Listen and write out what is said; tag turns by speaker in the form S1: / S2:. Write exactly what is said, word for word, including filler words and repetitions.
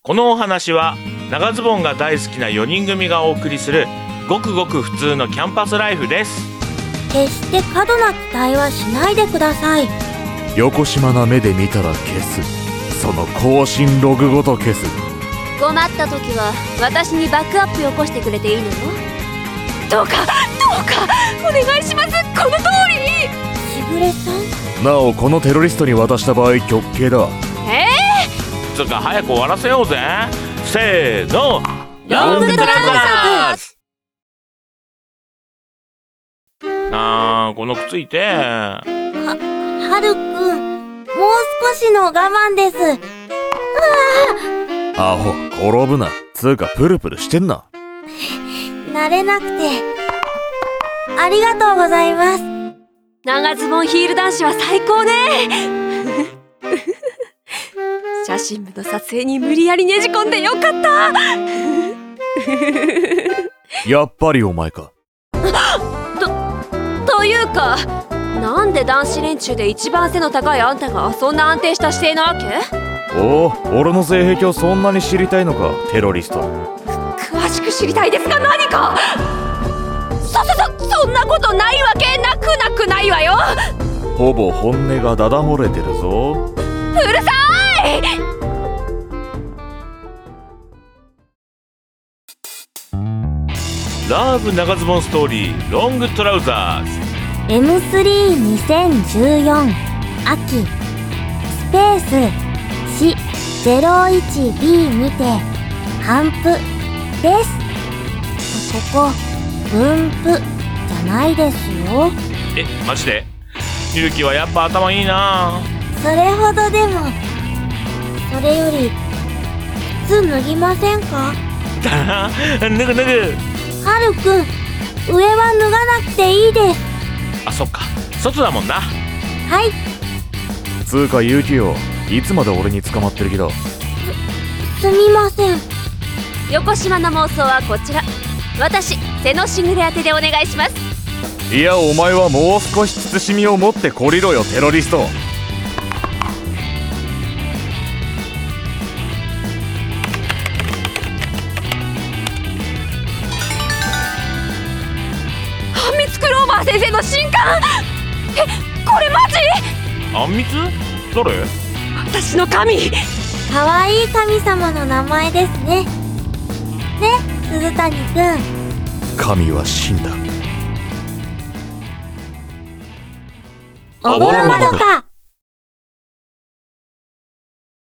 S1: このお話は長ズボンが大好きなよにん組がお送りするごくごく普通のキャンパスライフです。
S2: 決して過度な期待はしないでください。
S3: よこしまな目で見たら消す。その更新ログごと消す。
S4: 困った時は私にバックアップよこしてくれていいのよ。どうかどうかお願いします。この通り。
S2: しぐれさん、
S3: なおこのテロリストに渡した場合極刑だ。
S4: え
S1: つうか早く終わらせようぜ。せーの、
S4: ロングトラウザーズ。
S1: あー、この靴いて。
S2: は、はるくん、もう少しの我慢です。
S3: アホ、転ぶな。つうかプルプルしてんな。
S2: 慣れなくてありがとうございます。
S4: 長ズボンヒール男子は最高ね。写真部の撮影に無理やりねじ込んでよかった。
S3: やっぱりお前か。
S4: と、というか、なんで男子連中で一番背の高いあんたがそんな安定した姿勢なわけ？
S3: おお、俺の性癖をそんなに知りたいのか、テロリスト。
S4: 詳しく知りたいですが何か。そそそそんなことないわけなくなくないわよ。
S3: ほぼ本音がダダ漏れてるぞ。
S4: うるさい。
S1: ラブ長ズボンストーリーロングトラウザーズ
S2: エムスリーにせんじゅうよん 秋スペース シゼロいちビー にて反復です。ここ分布じゃないですよ。
S1: え、マジで？ゆうきはやっぱ頭いいな。
S2: それほどでも。それより靴脱ぎませんか？
S1: 脱ぐ脱ぐ。
S2: はるくん、上は脱がなくていいです。
S1: あ、そっか、外だもんな。
S2: はい。
S3: つうかユキよ、いつまで俺に捕まってる気だ。
S2: す、すみません。
S4: 横島の妄想はこちら。私背のしぐれ当てでお願いします。
S3: いや、お前はもう少し慎みを持ってこりろよ、テロリスト。
S4: あんみつクローバー先生の新刊。え、これマジ？
S1: あんみつ？誰？
S4: 私の神。
S2: かわいい神様の名前ですね。ね、鈴谷くん。
S3: 神は死んだ。
S2: おぼろまどか。